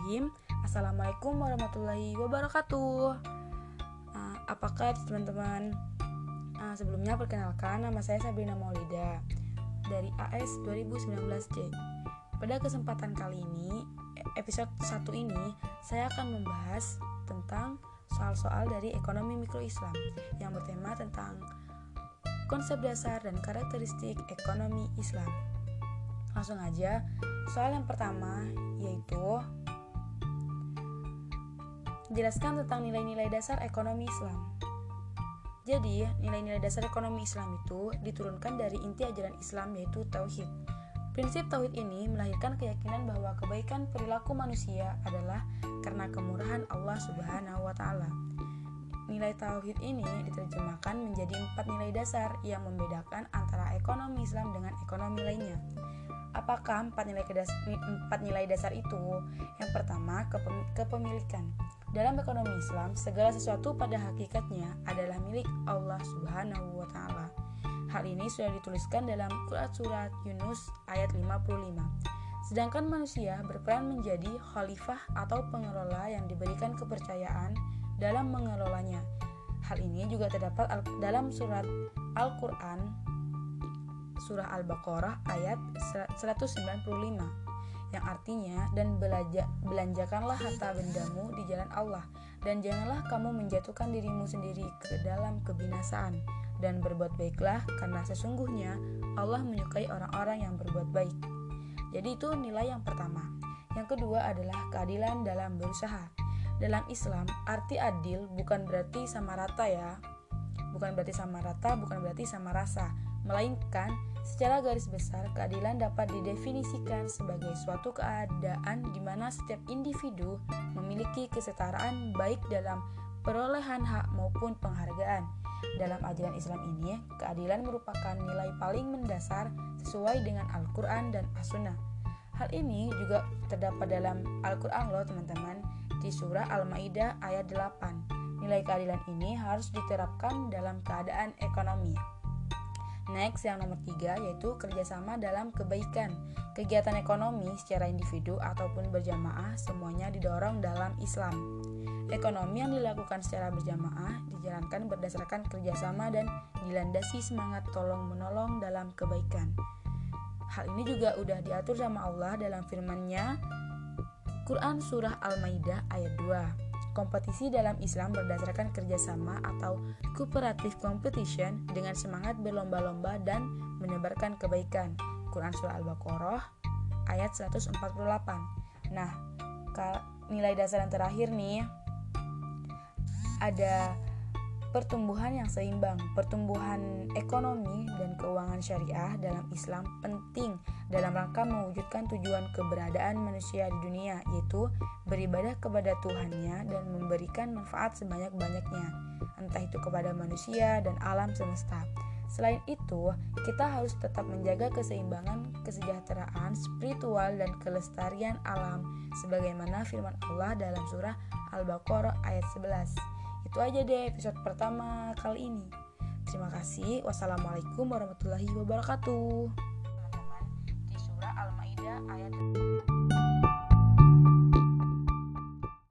Bismillahirrahmanirrahim. Assalamualaikum warahmatullahi wabarakatuh. Apakah teman-teman? Sebelumnya perkenalkan, nama saya Sabrina Maulida dari AS 2019C. Pada kesempatan kali ini, episode 1 ini, saya akan membahas tentang soal-soal dari ekonomi mikro Islam yang bertema tentang konsep dasar dan karakteristik ekonomi Islam. Langsung aja, soal yang pertama yaitu jelaskan tentang nilai-nilai dasar ekonomi Islam. Jadi, nilai-nilai dasar ekonomi Islam itu diturunkan dari inti ajaran Islam yaitu tauhid. Prinsip tauhid ini melahirkan keyakinan bahwa kebaikan perilaku manusia adalah karena kemurahan Allah Subhanahu wa taala. Nilai tauhid ini diterjemahkan menjadi 4 nilai dasar yang membedakan antara ekonomi Islam dengan ekonomi lainnya. Apakah 4 nilai dasar itu? Yang pertama, kepemilikan. Dalam ekonomi Islam, segala sesuatu pada hakikatnya adalah milik Allah Subhanahu wa taala. Hal ini sudah dituliskan dalam Quran surat Yunus ayat 55. Sedangkan manusia berperan menjadi khalifah atau pengelola yang diberikan kepercayaan dalam mengelolanya. Hal ini juga terdapat dalam surat Al-Quran Surah Al-Baqarah ayat 195 yang artinya, dan belanjakanlah harta bendamu di jalan Allah, dan janganlah kamu menjatuhkan dirimu sendiri ke dalam kebinasaan, dan berbuat baiklah karena sesungguhnya Allah menyukai orang-orang yang berbuat baik. Jadi itu nilai yang pertama. Yang kedua adalah keadilan dalam berusaha. Dalam Islam, arti adil bukan berarti sama rata ya. Bukan berarti sama rata, bukan berarti sama rasa, melainkan secara garis besar keadilan dapat didefinisikan sebagai suatu keadaan di mana setiap individu memiliki kesetaraan baik dalam perolehan hak maupun penghargaan. Dalam ajaran Islam ini, keadilan merupakan nilai paling mendasar sesuai dengan Al-Quran dan As-Sunnah. Hal ini juga terdapat dalam Al-Quran loh teman-teman, di surah Al-Maidah ayat 8. Nilai keadilan ini harus diterapkan dalam keadaan ekonomi. Next, yang nomor 3 yaitu kerjasama dalam kebaikan. Kegiatan ekonomi secara individu ataupun berjamaah semuanya didorong dalam Islam. Ekonomi yang dilakukan secara berjamaah dijalankan berdasarkan kerjasama dan dilandasi semangat tolong-menolong dalam kebaikan. Hal ini juga udah diatur sama Allah dalam firman-Nya Quran Surah Al-Maidah ayat 2. Kompetisi dalam Islam berdasarkan kerjasama atau cooperative competition dengan semangat berlomba-lomba dan menebarkan kebaikan. Quran Surah Al-Baqarah ayat 148. Nah, nilai dasar yang terakhir nih, ada pertumbuhan yang seimbang. Pertumbuhan ekonomi dan keuangan syariah dalam Islam penting dalam rangka mewujudkan tujuan keberadaan manusia di dunia, yaitu beribadah kepada Tuhannya dan memberikan manfaat sebanyak-banyaknya, entah itu kepada manusia dan alam semesta. Selain itu, kita harus tetap menjaga keseimbangan, kesejahteraan spiritual dan kelestarian alam sebagaimana firman Allah dalam surah Al-Baqarah ayat 11. Itu aja deh episode pertama kali ini. Terima kasih. Wassalamualaikum warahmatullahi wabarakatuh. Teman-teman, di surah Al-Maidah ayat